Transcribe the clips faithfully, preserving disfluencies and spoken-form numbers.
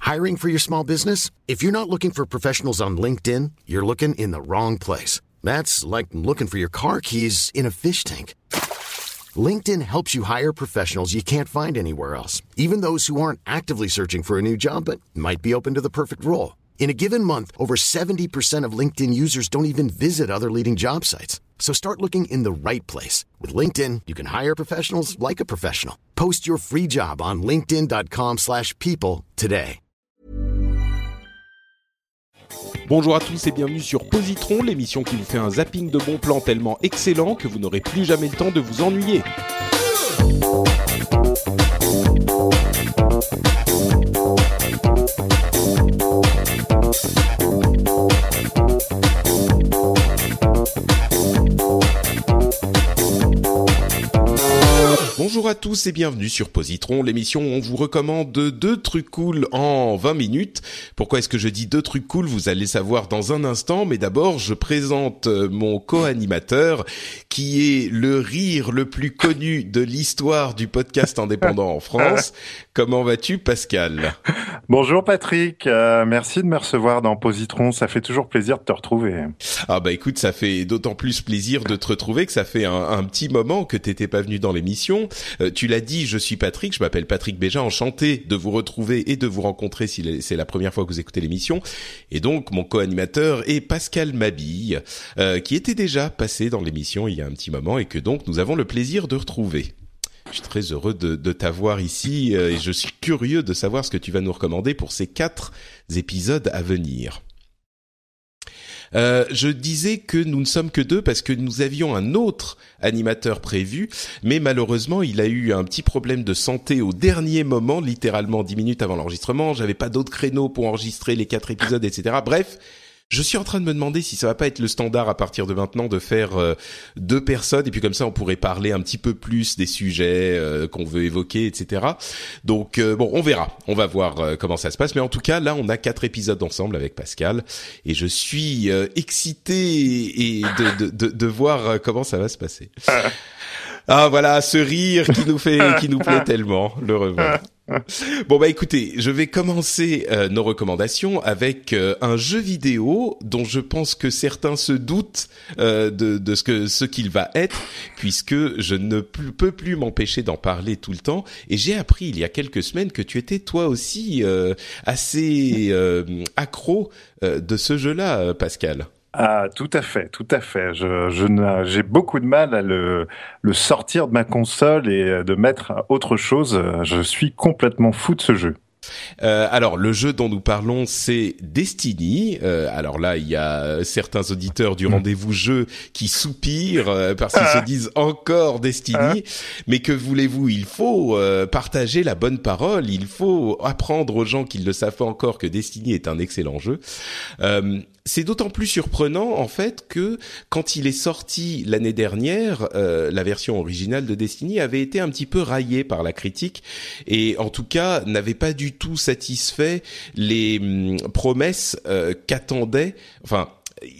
Hiring for your small business? If you're not looking for professionals on LinkedIn, you're looking in the wrong place. That's like looking for your car keys in a fish tank. LinkedIn helps you hire professionals you can't find anywhere else, even those who aren't actively searching for a new job but might be open to the perfect role. In a given month, over seventy percent of LinkedIn users don't even visit other leading job sites. So start looking in the right place. With LinkedIn, you can hire professionals like a professional. Post your free job on linkedin.com slash people today. Bonjour à tous et bienvenue sur Positron, l'émission qui vous fait un zapping de bons plans tellement excellent que vous n'aurez plus jamais le temps de vous ennuyer. Bonjour à tous et bienvenue sur Positron, l'émission où on vous recommande deux trucs cool en vingt minutes. Pourquoi est-ce que je dis deux trucs cool ? Vous allez savoir dans un instant, mais d'abord je présente mon co-animateur qui est le rire le plus connu de l'histoire du podcast indépendant en France. Comment vas-tu, Pascal ? Bonjour Patrick, euh, merci de me recevoir dans Positron, ça fait toujours plaisir de te retrouver. Ah bah écoute, ça fait d'autant plus plaisir de te retrouver que ça fait un, un petit moment que t'étais pas venu dans l'émission. Euh, tu l'as dit, je suis Patrick, je m'appelle Patrick Béja, enchanté de vous retrouver et de vous rencontrer si c'est la première fois que vous écoutez l'émission. Et donc mon co-animateur est Pascal Mabille, euh, qui était déjà passé dans l'émission il y a un petit moment et que donc nous avons le plaisir de retrouver. Je suis très heureux de, de t'avoir ici euh, et je suis curieux de savoir ce que tu vas nous recommander pour ces quatre épisodes à venir. Euh, je disais que nous ne sommes que deux parce que nous avions un autre animateur prévu, mais malheureusement il a eu un petit problème de santé au dernier moment, littéralement dix minutes avant l'enregistrement. J'avais pas d'autres créneaux pour enregistrer les quatre épisodes, et cetera. Bref. Je suis en train de me demander si ça va pas être le standard à partir de maintenant de faire euh, deux personnes et puis comme ça on pourrait parler un petit peu plus des sujets euh, qu'on veut évoquer, et cetera. Donc euh, bon, on verra, on va voir euh, comment ça se passe. Mais en tout cas, là, on a quatre épisodes ensemble avec Pascal et je suis euh, excité et de, de, de, de voir euh, comment ça va se passer. Ah voilà, ce rire qui nous fait, qui nous plaît tellement, le revoir. Bon bah écoutez, je vais commencer euh, nos recommandations avec euh, un jeu vidéo dont je pense que certains se doutent euh, de, de ce que ce qu'il va être, puisque je ne p- peux plus m'empêcher d'en parler tout le temps. Et j'ai appris il y a quelques semaines que tu étais toi aussi euh, assez euh, accro euh, de ce jeu-là, Pascal. Ah, tout à fait, tout à fait. Je, je n'a- j'ai beaucoup de mal à le, le sortir de ma console et de mettre à autre chose. Je suis complètement fou de ce jeu. Euh, alors, le jeu dont nous parlons, c'est Destiny. Euh, alors là, il y a certains auditeurs du rendez-vous jeu qui soupirent euh, parce qu'ils se disent encore Destiny. Mais que voulez-vous ? Il faut euh, partager la bonne parole. Il faut apprendre aux gens qui ne le savent pas encore que Destiny est un excellent jeu. Euh, C'est d'autant plus surprenant en fait que quand il est sorti l'année dernière, euh, la version originale de Destiny avait été un petit peu raillée par la critique et en tout cas n'avait pas du tout satisfait les hum, promesses euh, qu'attendaient, enfin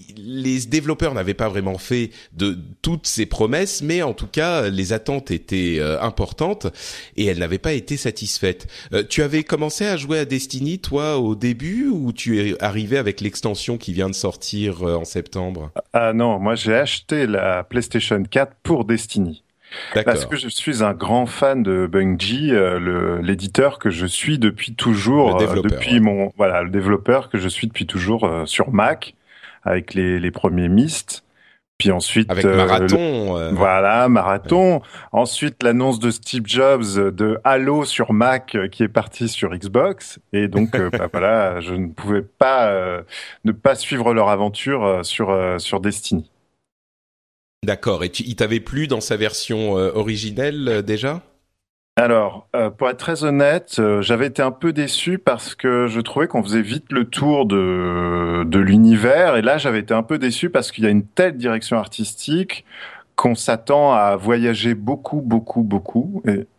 les développeurs n'avaient pas vraiment fait de toutes ces promesses, mais en tout cas, les attentes étaient euh, importantes et elles n'avaient pas été satisfaites. Euh, tu avais commencé à jouer à Destiny, toi, au début, ou tu es arrivé avec l'extension qui vient de sortir euh, en septembre ? Ah non, moi j'ai acheté la PlayStation quatre pour Destiny. D'accord. Parce que je suis un grand fan de Bungie, euh, le, l'éditeur que je suis depuis toujours, Le développeur, euh, depuis ouais. mon voilà, le développeur que je suis depuis toujours euh, sur Mac avec les, les premiers Myst. Puis ensuite, avec euh, Marathon. le, Euh... voilà, Marathon. Ouais. Ensuite, l'annonce de Steve Jobs de Halo sur Mac euh, qui est parti sur Xbox. Et donc, euh, bah, voilà, je ne pouvais pas euh, ne pas suivre leur aventure euh, sur euh, sur Destiny. D'accord. Et tu, il t'avait plu dans sa version euh, originelle euh, déjà ? Alors, euh, pour être très honnête, euh, j'avais été un peu déçu parce que je trouvais qu'on faisait vite le tour de de l'univers. Et là, j'avais été un peu déçu parce qu'il y a une telle direction artistique qu'on s'attend à voyager beaucoup, beaucoup, beaucoup. Et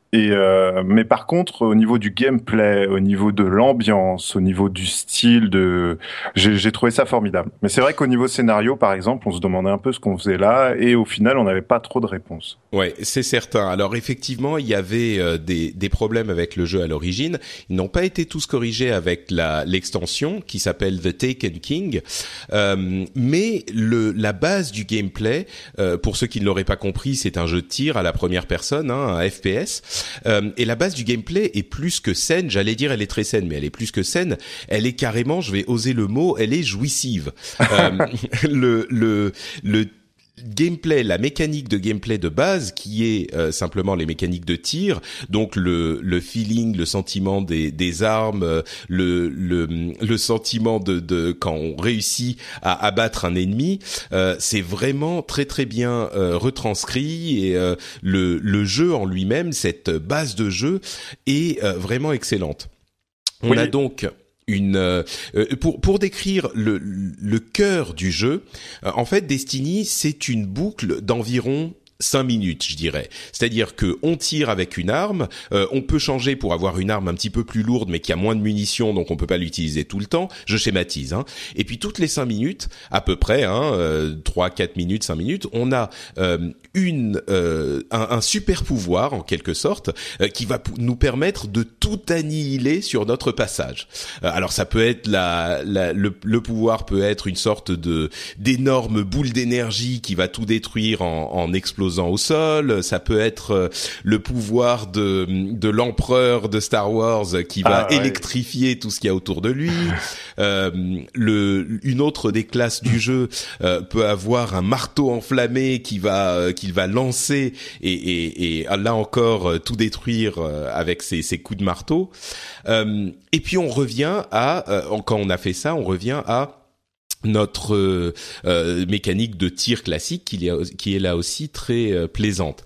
Et euh, mais par contre, au niveau du gameplay, au niveau de l'ambiance, au niveau du style, de, j'ai, j'ai trouvé ça formidable. Mais c'est vrai qu'au niveau scénario, par exemple, on se demandait un peu ce qu'on faisait là, et au final, on n'avait pas trop de réponses. Ouais, c'est certain. Alors effectivement, il y avait euh, des, des problèmes avec le jeu à l'origine. Ils n'ont pas été tous corrigés avec la l'extension qui s'appelle The Taken King. Euh, mais le la base du gameplay, euh, pour ceux qui ne l'auraient pas compris, c'est un jeu de tir à la première personne, hein, un F P S. Euh, et la base du gameplay est plus que saine. J'allais dire elle est très saine, mais elle est plus que saine. Elle est carrément, je vais oser le mot, elle est jouissive. Euh, le le le gameplay, la mécanique de gameplay de base, qui est euh, simplement les mécaniques de tir, donc le le feeling, le sentiment des des armes, euh, le le le sentiment de de quand on réussit à abattre un ennemi, euh, c'est vraiment très très bien euh, retranscrit, et euh, le le jeu en lui-même, cette base de jeu est euh, vraiment excellente. On Oui. a donc une euh, pour pour décrire le le cœur du jeu, euh, en fait Destiny, c'est une boucle d'environ cinq minutes, je dirais. C'est-à-dire que on tire avec une arme, euh, on peut changer pour avoir une arme un petit peu plus lourde mais qui a moins de munitions, donc on peut pas l'utiliser tout le temps. Je schématise, hein. Et puis toutes les cinq minutes, à peu près, hein, euh, trois, quatre minutes, cinq minutes, on a euh, une euh, un, un super pouvoir en quelque sorte euh, qui va p- nous permettre de tout annihiler sur notre passage. Euh, alors ça peut être la, la le, le pouvoir peut être une sorte de d'énorme boule d'énergie qui va tout détruire en, en explosant au sol. Ça peut être euh, le pouvoir de de l'empereur de Star Wars qui va Ah, ouais. électrifier tout ce qu'il y a autour de lui. euh, le une autre des classes du jeu euh, peut avoir un marteau enflammé qui va euh, qu'il va lancer et, et, et là encore euh, tout détruire euh, avec ses, ses coups de marteau. Euh, et puis on revient à euh, quand on a fait ça, on revient à notre euh, euh, mécanique de tir classique qui est, qui est là aussi très euh, plaisante.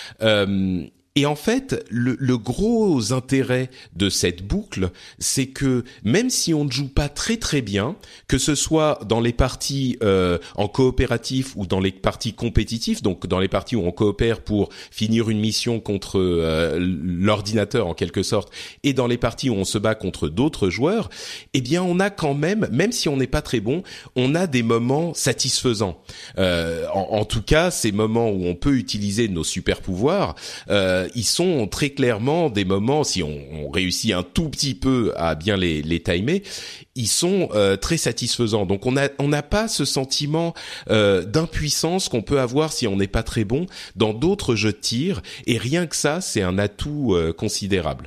Euh, et en fait, le, le gros intérêt de cette boucle, c'est que même si on ne joue pas très très bien, que ce soit dans les parties euh, en coopératif ou dans les parties compétitives, donc dans les parties où on coopère pour finir une mission contre euh, l'ordinateur en quelque sorte, et dans les parties où on se bat contre d'autres joueurs, eh bien on a quand même, même si on n'est pas très bon, on a des moments satisfaisants. Euh, en, en tout cas, ces moments où on peut utiliser nos super pouvoirs, euh, ils sont très clairement des moments, si on, on réussit un tout petit peu à bien les, les timer, ils sont euh, très satisfaisants. Donc on a on n'a pas ce sentiment euh, d'impuissance qu'on peut avoir si on n'est pas très bon dans d'autres jeux de tir, et rien que ça, c'est un atout euh, considérable.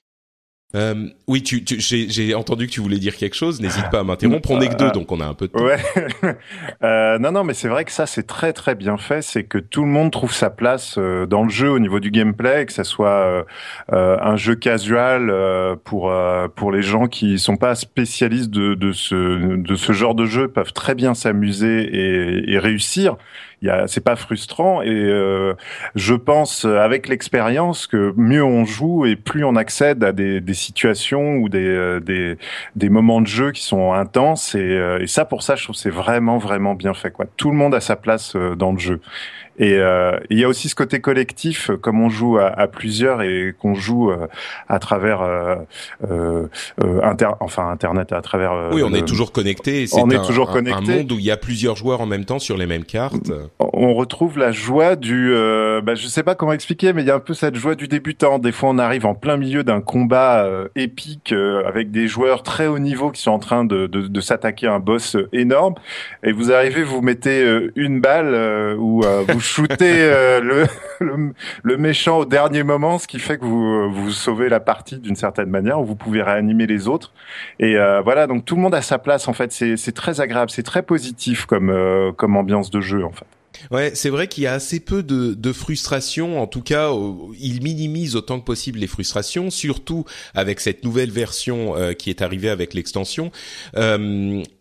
Euh, oui, tu, tu, j'ai, j'ai entendu que tu voulais dire quelque chose. N'hésite pas à m'interrompre. On est que deux, donc on a un peu de temps. Ouais. euh, non, non, mais c'est vrai que ça, c'est très, très bien fait. C'est que tout le monde trouve sa place euh, dans le jeu au niveau du gameplay, que ça soit euh, euh, un jeu casual euh, pour euh, pour les gens qui sont pas spécialistes de de ce de ce genre de jeu, peuvent très bien s'amuser et, et réussir. Il y a, c'est pas frustrant, et euh, je pense avec l'expérience que mieux on joue et plus on accède à des, des situations ou des, euh, des des moments de jeu qui sont intenses, et, euh, et ça pour ça je trouve que c'est vraiment vraiment bien fait, quoi. Tout le monde a sa place euh, dans le jeu. Et euh, il y a aussi ce côté collectif, comme on joue à, à plusieurs et qu'on joue euh, à travers euh, euh, inter, enfin Internet, à travers. Euh, oui, on le, est toujours connecté. C'est on est un, toujours un, connecté. Un monde où il y a plusieurs joueurs en même temps sur les mêmes cartes. On retrouve la joie du. Euh, bah, je sais pas comment expliquer, mais il y a un peu cette joie du débutant. Des fois, on arrive en plein milieu d'un combat euh, épique euh, avec des joueurs très haut niveau qui sont en train de, de, de s'attaquer à un boss euh, énorme, et vous arrivez, vous mettez euh, une balle euh, ou euh, vous shooter euh, le, le, le méchant au dernier moment, ce qui fait que vous vous sauvez la partie d'une certaine manière, où vous pouvez réanimer les autres. Et euh, voilà, donc tout le monde a sa place en fait. C'est, c'est très agréable, c'est très positif comme euh, comme ambiance de jeu en fait. Ouais, c'est vrai qu'il y a assez peu de, de frustration. En tout cas, euh, il minimise autant que possible les frustrations, surtout avec cette nouvelle version euh, qui est arrivée avec l'extension. Euh,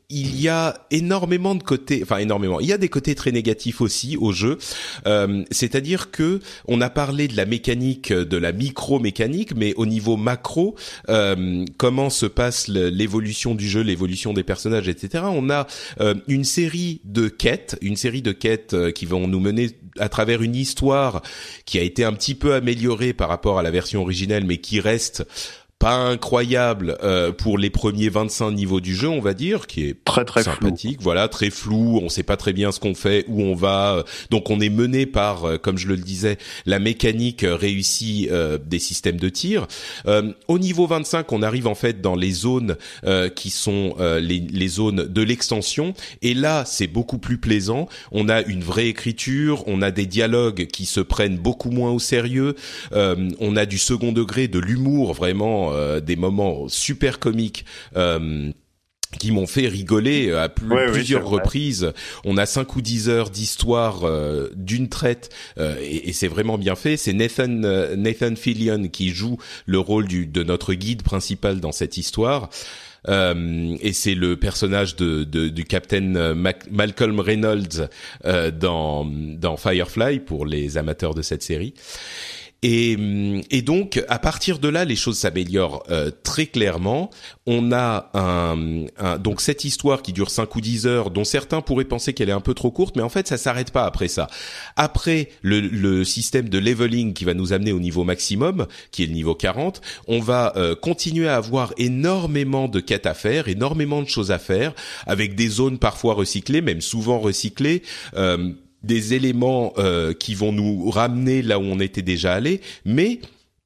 il y a énormément de côtés, enfin énormément. Il y a des côtés très négatifs aussi au jeu. Euh, c'est-à-dire que on a parlé de la mécanique, de la micro-mécanique, mais au niveau macro, euh, comment se passe le, l'évolution du jeu, l'évolution des personnages, et cetera. On a euh, une série de quêtes, une série de quêtes euh, qui vont nous mener à travers une histoire qui a été un petit peu améliorée par rapport à la version originelle, mais qui reste pas incroyable euh, pour les premiers vingt-cinq niveaux du jeu, on va dire, qui est très très sympathique, flou. voilà, très flou, on sait pas très bien ce qu'on fait, où on va, donc on est mené par, euh, comme je le disais, la mécanique réussie euh, des systèmes de tir. Euh, au niveau vingt-cinq, on arrive en fait dans les zones euh, qui sont euh, les, les zones de l'extension, et là c'est beaucoup plus plaisant, on a une vraie écriture, on a des dialogues qui se prennent beaucoup moins au sérieux, euh, on a du second degré, de l'humour, vraiment Euh, des moments super comiques euh, qui m'ont fait rigoler à plus, ouais, plusieurs oui, reprises. On a cinq ou dix heures d'histoire euh, d'une traite euh, et, et c'est vraiment bien fait. C'est Nathan euh, Nathan Fillion qui joue le rôle du, de notre guide principal dans cette histoire. Euh, et c'est le personnage de, de du Captain Mac- Malcolm Reynolds euh, dans dans Firefly pour les amateurs de cette série. Et, et donc, à partir de là, les choses s'améliorent euh, très clairement. On a un, un, donc cette histoire qui dure cinq ou dix heures, dont certains pourraient penser qu'elle est un peu trop courte, mais en fait, ça s'arrête pas après ça. Après le, le système de leveling qui va nous amener au niveau maximum, qui est le niveau quarante, on va euh, continuer à avoir énormément de quêtes à faire, énormément de choses à faire, avec des zones parfois recyclées, même souvent recyclées. Euh, des éléments euh, qui vont nous ramener là où on était déjà allé, mais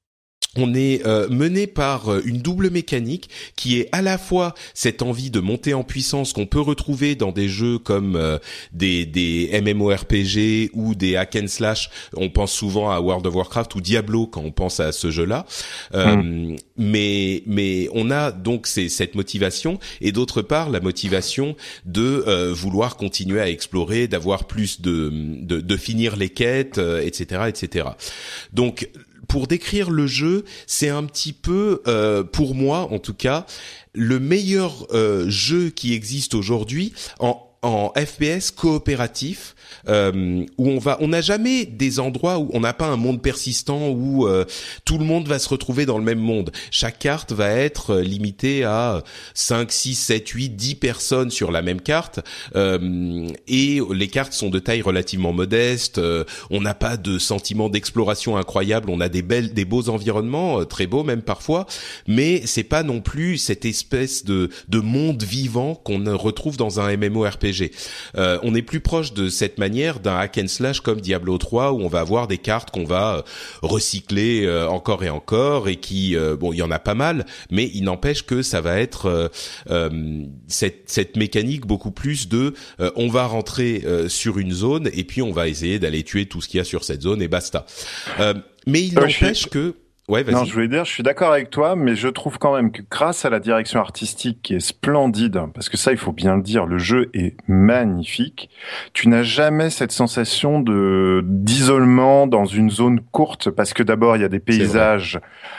on est euh, mené par euh, une double mécanique qui est à la fois cette envie de monter en puissance qu'on peut retrouver dans des jeux comme euh, des, des MMORPG ou des hack and slash. On pense souvent à World of Warcraft ou Diablo quand on pense à ce jeu-là. Euh, mmh. Mais mais on a donc c'est, cette motivation et d'autre part la motivation de euh, vouloir continuer à explorer, d'avoir plus de de, de finir les quêtes, euh, et cetera, et cetera. Donc pour décrire le jeu, c'est un petit peu, euh, pour moi en tout cas, le meilleur euh, jeu qui existe aujourd'hui en en F P S coopératif, euh, où on va, on n'a jamais des endroits où on n'a pas un monde persistant où euh, tout le monde va se retrouver dans le même monde. Chaque carte va être limitée à cinq, six, sept, huit, dix personnes sur la même carte, euh, et les cartes sont de taille relativement modeste. Euh, on n'a pas de sentiment d'exploration incroyable. On a des belles, des beaux environnements, euh, très beaux même parfois, mais c'est pas non plus cette espèce de de monde vivant qu'on retrouve dans un MMORPG. Euh, on est plus proche de cette manière d'un hack and slash comme Diablo trois où on va avoir des cartes qu'on va euh, recycler euh, encore et encore et qui, euh, bon, il y en a pas mal, mais il n'empêche que ça va être euh, euh, cette, cette mécanique beaucoup plus de euh, on va rentrer euh, sur une zone et puis on va essayer d'aller tuer tout ce qu'il y a sur cette zone et basta. Euh, mais il euh, n'empêche suis... que Ouais, vas-y. Non, je voulais dire, je suis d'accord avec toi, mais je trouve quand même que grâce à la direction artistique qui est splendide, parce que ça, il faut bien le dire, le jeu est magnifique, tu n'as jamais cette sensation de d'isolement dans une zone courte, parce que d'abord, il y a des paysages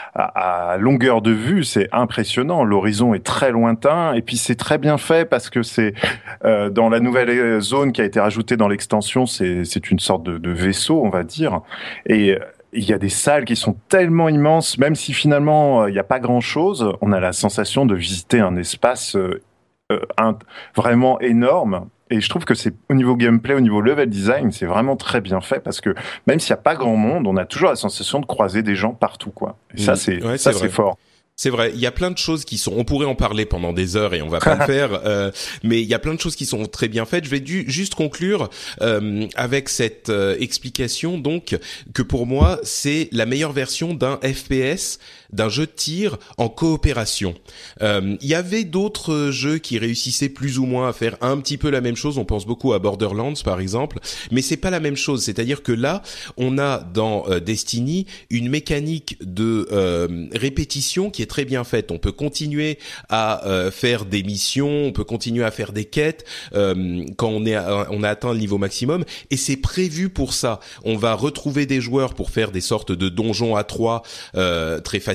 à, à longueur de vue, c'est impressionnant, l'horizon est très lointain, et puis c'est très bien fait, parce que c'est euh, dans la nouvelle zone qui a été rajoutée dans l'extension, c'est, c'est une sorte de, de vaisseau, on va dire, et il y a des salles qui sont tellement immenses, même si finalement il n'y a pas grand-chose, on a la sensation de visiter un espace euh, un, vraiment énorme. Et je trouve que c'est au niveau gameplay, au niveau level design, c'est vraiment très bien fait parce que même s'il n'y a pas grand monde, on a toujours la sensation de croiser des gens partout, quoi. Et ça, c'est ouais, ça, c'est, c'est fort. C'est vrai, il y a plein de choses qui sont, on pourrait en parler pendant des heures et on va pas le faire, euh, mais il y a plein de choses qui sont très bien faites. Je vais du, juste conclure euh, avec cette euh, explication donc que pour moi c'est la meilleure version d'un F P S, d'un jeu de tir en coopération. Euh, il y avait d'autres jeux qui réussissaient plus ou moins à faire un petit peu la même chose. On pense beaucoup à Borderlands par exemple, mais c'est pas la même chose. C'est-à-dire que là, on a dans euh, Destiny une mécanique de euh, répétition qui est très bien faite. On peut continuer à euh, faire des missions, on peut continuer à faire des quêtes euh, quand on est à, on a atteint le niveau maximum et c'est prévu pour ça. On va retrouver des joueurs pour faire des sortes de donjons à trois euh, très facilement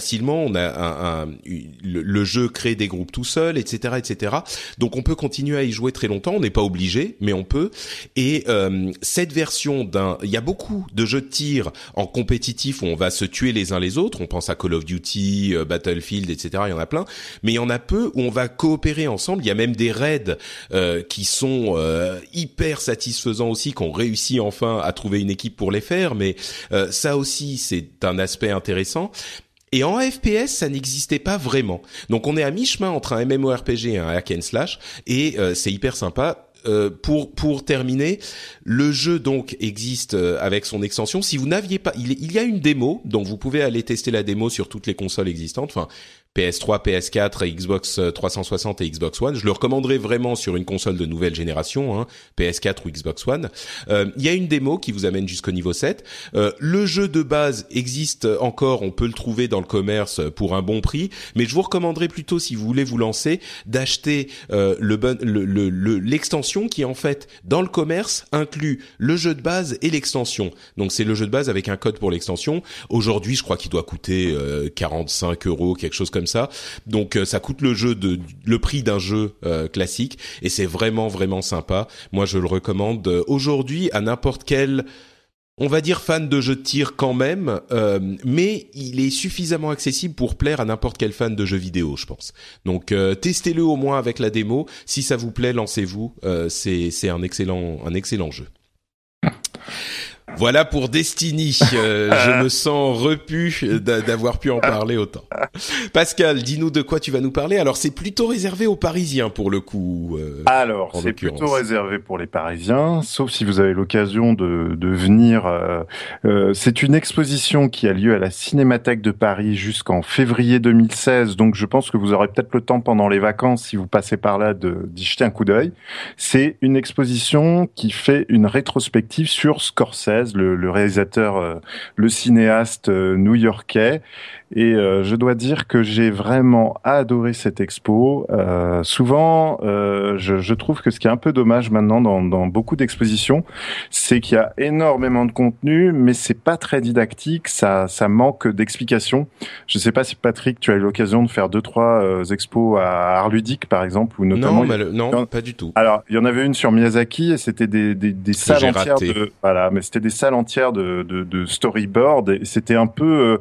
facilement. On a un, un, le, le jeu crée des groupes tout seul, et cetera, et cetera. Donc on peut continuer à y jouer très longtemps. On n'est pas obligé, mais on peut. Et euh, cette version d'un, il y a beaucoup de jeux de tir en compétitif où on va se tuer les uns les autres. On pense à Call of Duty, euh, Battlefield, et cetera. Il y en a plein, mais il y en a peu où on va coopérer ensemble. Il y a même des raids euh, qui sont euh, hyper satisfaisants aussi, qu'on réussit enfin à trouver une équipe pour les faire. Mais euh, ça aussi, c'est un aspect intéressant. Et en F P S, ça n'existait pas vraiment. Donc on est à mi-chemin entre un MMORPG et un hack and slash, et euh, c'est hyper sympa. Euh, pour pour terminer, le jeu donc existe euh, avec son extension. Si vous n'aviez pas, il, il y a une démo, donc vous pouvez aller tester la démo sur toutes les consoles existantes. Enfin, P S trois, P S quatre, Xbox trois cent soixante et Xbox One. Je le recommanderais vraiment sur une console de nouvelle génération, hein, P S quatre ou Xbox One. Euh, il y a une démo qui vous amène jusqu'au niveau sept. Euh, le jeu de base existe encore, on peut le trouver dans le commerce pour un bon prix, mais je vous recommanderais plutôt, si vous voulez vous lancer, d'acheter euh, le, bon, le, le, le l'extension qui en fait dans le commerce inclut le jeu de base et l'extension. Donc c'est le jeu de base avec un code pour l'extension. Aujourd'hui, je crois qu'il doit coûter euh, quarante-cinq euros, quelque chose comme ça. Donc euh, ça coûte le jeu de le prix d'un jeu euh, classique, et c'est vraiment vraiment sympa. Moi je le recommande euh, aujourd'hui à n'importe quel, on va dire, fan de jeux de tir quand même, euh, mais il est suffisamment accessible pour plaire à n'importe quel fan de jeux vidéo, je pense. Donc euh, testez-le au moins avec la démo. Si ça vous plaît, lancez-vous. Euh, c'est c'est un excellent un excellent jeu. Voilà pour Destiny. Euh, je me sens repu d'avoir pu en parler autant. Pascal, dis-nous de quoi tu vas nous parler. Alors, c'est plutôt réservé aux Parisiens pour le coup. Euh, Alors, c'est plutôt réservé pour les Parisiens, sauf si vous avez l'occasion de, de venir. Euh, euh, c'est une exposition qui a lieu à la Cinémathèque de Paris jusqu'en février deux mille seize. Donc, je pense que vous aurez peut-être le temps pendant les vacances, si vous passez par là, de, d'y jeter un coup d'œil. C'est une exposition qui fait une rétrospective sur Scorsese, Le, le réalisateur, euh, le cinéaste euh, new-yorkais. Et euh, je dois dire que j'ai vraiment adoré cette expo. Euh, souvent, euh, je, je trouve que ce qui est un peu dommage maintenant dans, dans beaucoup d'expositions, c'est qu'il y a énormément de contenu, mais c'est pas très didactique. Ça, ça manque d'explications. Je sais pas si Patrick, tu as eu l'occasion de faire deux, trois euh, expos à Art Ludique, par exemple, ou notamment. Non, mais le, non, a... pas du tout. Alors, il y en avait une sur Miyazaki, et c'était des, des, des salles entières raté. de, voilà, mais c'était des salles entières de, de, de storyboard, et c'était un peu. Euh,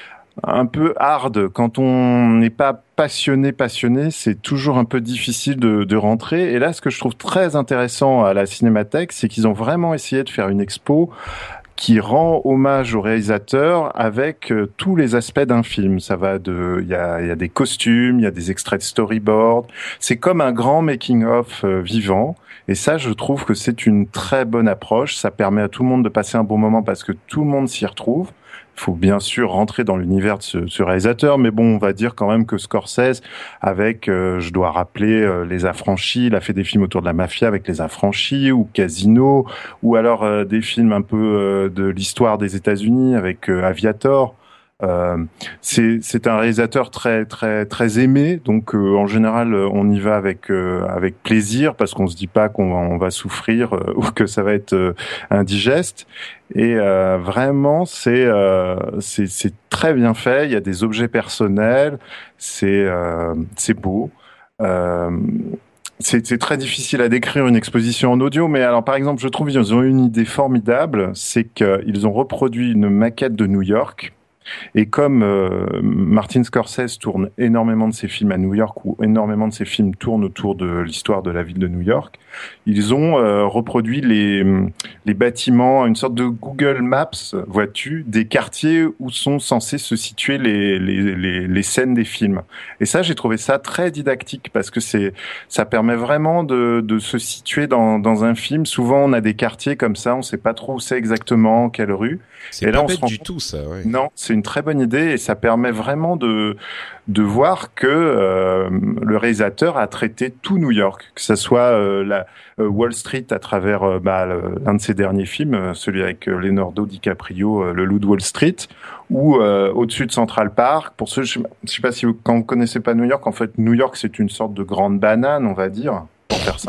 un peu hard. Quand on n'est pas passionné, passionné, c'est toujours un peu difficile de, de rentrer. Et là, ce que je trouve très intéressant à la Cinémathèque, c'est qu'ils ont vraiment essayé de faire une expo qui rend hommage au réalisateur avec euh, tous les aspects d'un film. Ça va de, il y a, il y a des costumes, il y a des extraits de storyboard. C'est comme un grand making-of euh, vivant. Et ça, je trouve que c'est une très bonne approche. Ça permet à tout le monde de passer un bon moment parce que tout le monde s'y retrouve. Il faut bien sûr rentrer dans l'univers de ce, ce réalisateur, mais bon, on va dire quand même que Scorsese, avec, euh, je dois rappeler, euh, Les Affranchis, il a fait des films autour de la mafia avec Les Affranchis, ou Casino, ou alors euh, des films un peu euh, de l'histoire des États-Unis avec euh, Aviator. Euh, c'est c'est un réalisateur très très très aimé, donc euh, en général on y va avec euh, avec plaisir parce qu'on se dit pas qu'on va, on va souffrir euh, ou que ça va être euh, indigeste. Et euh, vraiment c'est euh, c'est c'est très bien fait. Il y a des objets personnels, c'est euh, c'est beau. Euh, C'est, c'est très difficile à décrire une exposition en audio, mais alors par exemple, je trouve qu'ils ont une idée formidable, c'est qu'ils ont reproduit une maquette de New York. Et comme euh, Martin Scorsese tourne énormément de ses films à New York, ou énormément de ses films tournent autour de l'histoire de la ville de New York, ils ont euh, reproduit les, les bâtiments, une sorte de Google Maps, vois-tu, des quartiers où sont censés se situer les, les, les, les scènes des films. Et ça, j'ai trouvé ça très didactique parce que c'est, ça permet vraiment de, de se situer dans, dans un film. Souvent, on a des quartiers comme ça, on ne sait pas trop où c'est exactement, quelle rue. C'est et pas là, on bête se rend du compte... tout, ça. Ouais. Non, c'est une très bonne idée et ça permet vraiment de de voir que euh, le réalisateur a traité tout New York, que ça soit euh, la euh, Wall Street à travers euh, bah, le, l'un de ses derniers films, euh, celui avec euh, Leonardo DiCaprio, euh, Le Loup de Wall Street, ou euh, au-dessus de Central Park. Pour ceux, je, je sais pas si vous, quand vous connaissez pas New York, en fait, New York c'est une sorte de grande banane, on va dire, pour faire ça.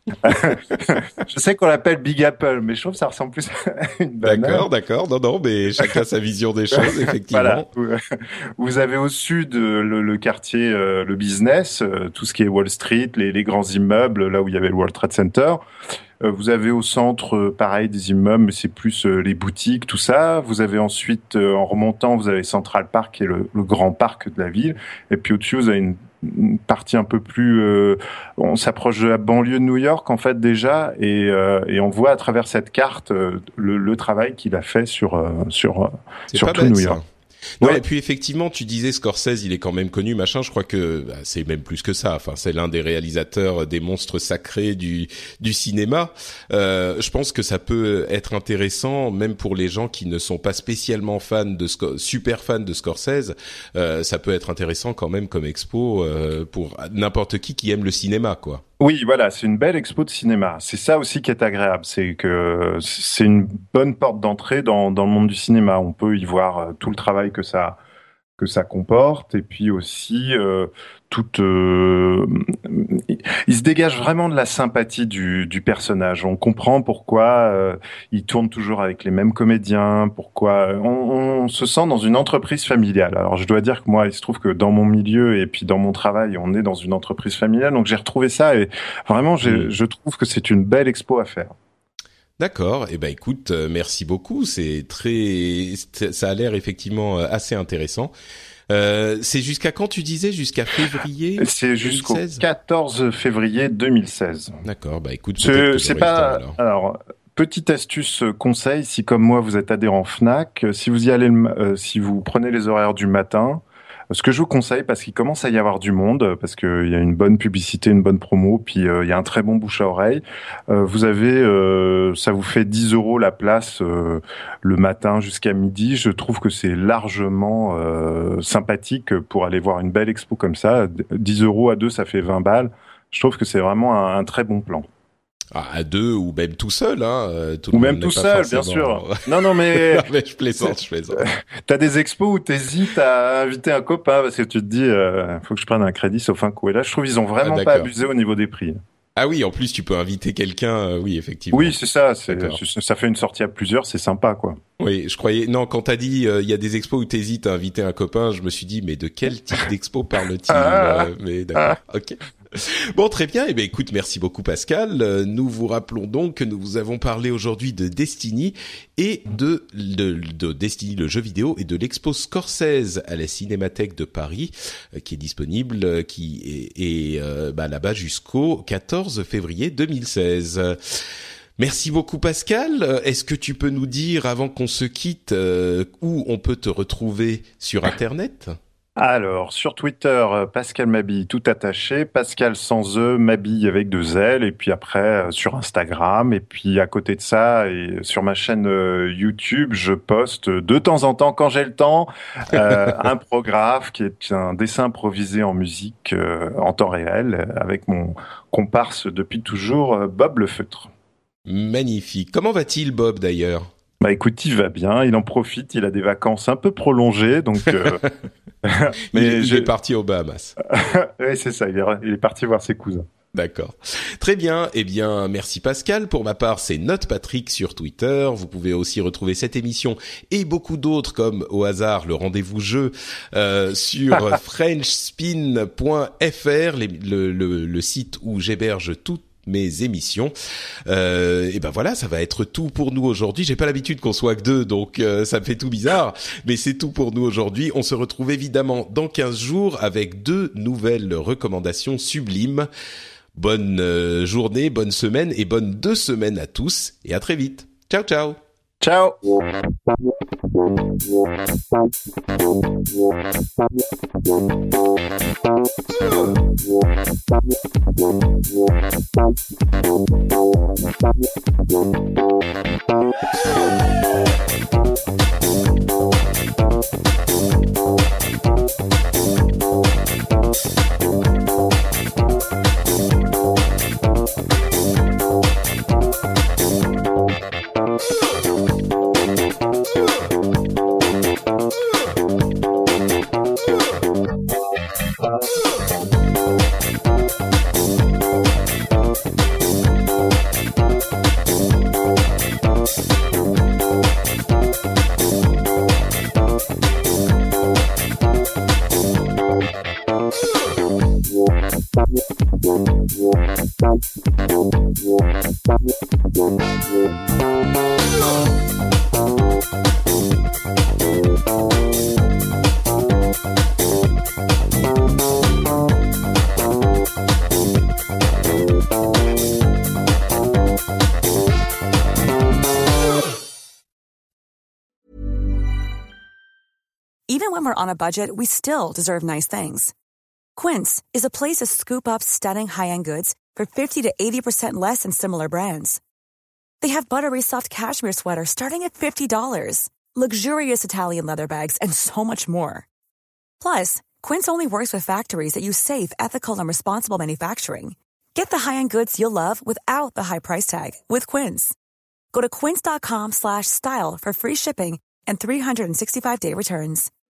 Je sais qu'on l'appelle Big Apple, mais je trouve que ça ressemble plus à une banane. D'accord, d'accord. Non, non, mais chacun sa vision des choses, effectivement. Voilà. Vous avez au sud le, le quartier, euh, le business, euh, tout ce qui est Wall Street, les, les grands immeubles, là où il y avait le World Trade Center. Euh, vous avez au centre, euh, pareil, des immeubles, mais c'est plus euh, les boutiques, tout ça. Vous avez ensuite, euh, en remontant, vous avez Central Park, qui est le, le grand parc de la ville. Et puis au-dessus, vous avez une, une partie un peu plus... Euh, on s'approche de la banlieue de New York, en fait, déjà. Et, euh, et on voit à travers cette carte euh, le, le travail qu'il a fait sur, euh, sur, sur tout New York. Ça. Non, ouais. Et puis effectivement, tu disais Scorsese, il est quand même connu, machin. Je crois que bah, c'est même plus que ça. Enfin, c'est l'un des réalisateurs des monstres sacrés du du cinéma. Euh, je pense que ça peut être intéressant, même pour les gens qui ne sont pas spécialement fans de super fans de Scorsese. Euh, ça peut être intéressant quand même comme expo euh, pour n'importe qui qui aime le cinéma, quoi. Oui, voilà, c'est une belle expo de cinéma. C'est ça aussi qui est agréable, c'est que c'est une bonne porte d'entrée dans, dans le monde du cinéma. On peut y voir tout le travail que ça que ça comporte, et puis aussi euh, toute. Euh, il se dégage vraiment de la sympathie du, du personnage. On comprend pourquoi euh, il tourne toujours avec les mêmes comédiens, pourquoi on, on se sent dans une entreprise familiale. Alors je dois dire que moi, il se trouve que dans mon milieu et puis dans mon travail, on est dans une entreprise familiale, donc j'ai retrouvé ça et vraiment, j'ai, mmh. je trouve que c'est une belle expo à faire. D'accord. Eh ben, écoute, euh, merci beaucoup. C'est très, ça a l'air effectivement assez intéressant. Euh, c'est jusqu'à quand tu disais? Jusqu'à février? C'est jusqu'au quatorze février deux mille seize. D'accord. Bah, écoute, c'est, c'est pas, temps, alors. alors, petite astuce conseil, si comme moi vous êtes adhérent Fnac, si vous y allez, euh, si vous prenez les horaires du matin, ce que je vous conseille, parce qu'il commence à y avoir du monde, parce qu'il y a une bonne publicité, une bonne promo, puis euh, il y a un très bon bouche à oreille. Euh, vous avez, euh, ça vous fait dix euros la place euh, le matin jusqu'à midi. Je trouve que c'est largement euh, sympathique pour aller voir une belle expo comme ça. dix euros à deux, ça fait vingt balles. Je trouve que c'est vraiment un, un très bon plan. Ah, à deux ou même tout seul, hein. Tout ou même tout seul, forcément... bien sûr. Non, non, mais. non, mais je plaisante, je plaisante. T'as des expos où t'hésites à inviter un copain parce que tu te dis, euh, faut que je prenne un crédit sauf un coup. Et là, je trouve qu'ils ont vraiment ah, pas abusé au niveau des prix. Ah oui, en plus, tu peux inviter quelqu'un, euh, oui, effectivement. Oui, c'est ça, c'est, ça fait une sortie à plusieurs, c'est sympa, quoi. Oui, je croyais, non, quand t'as dit, il euh, y a des expos où t'hésites à inviter un copain, je me suis dit, mais de quel type d'expo parle-t-il? ah, euh, Mais d'accord, ah. ok. Bon, très bien. Eh bien, écoute, merci beaucoup, Pascal. Euh, nous vous rappelons donc que nous vous avons parlé aujourd'hui de Destiny et de, de, de Destiny, le jeu vidéo, et de l'expo Scorsese à la Cinémathèque de Paris, euh, qui est disponible, euh, qui est, est euh, bah, là-bas jusqu'au quatorze février deux mille seize. Merci beaucoup, Pascal. Est-ce que tu peux nous dire, avant qu'on se quitte, euh, où on peut te retrouver sur Internet ? Alors, sur Twitter, Pascal Mabille, tout attaché, Pascal sans E, Mabille avec deux L, et puis après sur Instagram, et puis à côté de ça, et sur ma chaîne YouTube, je poste de temps en temps, quand j'ai le temps, euh, un prographe qui est un dessin improvisé en musique euh, en temps réel, avec mon comparse depuis toujours, Bob le Feutre. Magnifique. Comment va-t-il, Bob, d'ailleurs ? Bah écoute, il va bien, il en profite, il a des vacances un peu prolongées, donc... Euh... Mais il je... est parti aux Bahamas. Oui, c'est ça, il est, il est parti voir ses cousins. D'accord. Très bien. Eh bien, merci Pascal. Pour ma part, c'est Note Patrick sur Twitter. Vous pouvez aussi retrouver cette émission et beaucoup d'autres comme au hasard le rendez-vous jeu euh, sur french spin point f r, les, le, le, le site où j'héberge toutes mes émissions. Euh, et ben voilà, ça va être tout pour nous aujourd'hui. J'ai pas l'habitude qu'on soit que deux, donc euh, ça me fait tout bizarre, mais c'est tout pour nous aujourd'hui. On se retrouve évidemment dans quinze jours avec deux nouvelles recommandations sublimes. Bonne euh, journée, bonne semaine et bonne deux semaines à tous et à très vite. Ciao, ciao. Ciao. Even when we're on a budget, we still deserve nice things. Quince is a place to scoop up stunning high-end goods for fifty to eighty percent less than similar brands. They have buttery soft cashmere sweaters starting at fifty dollars, luxurious Italian leather bags, and so much more. Plus, Quince only works with factories that use safe, ethical, and responsible manufacturing. Get the high-end goods you'll love without the high price tag with Quince. Go to quince.com slash style for free shipping and three sixty-five day returns.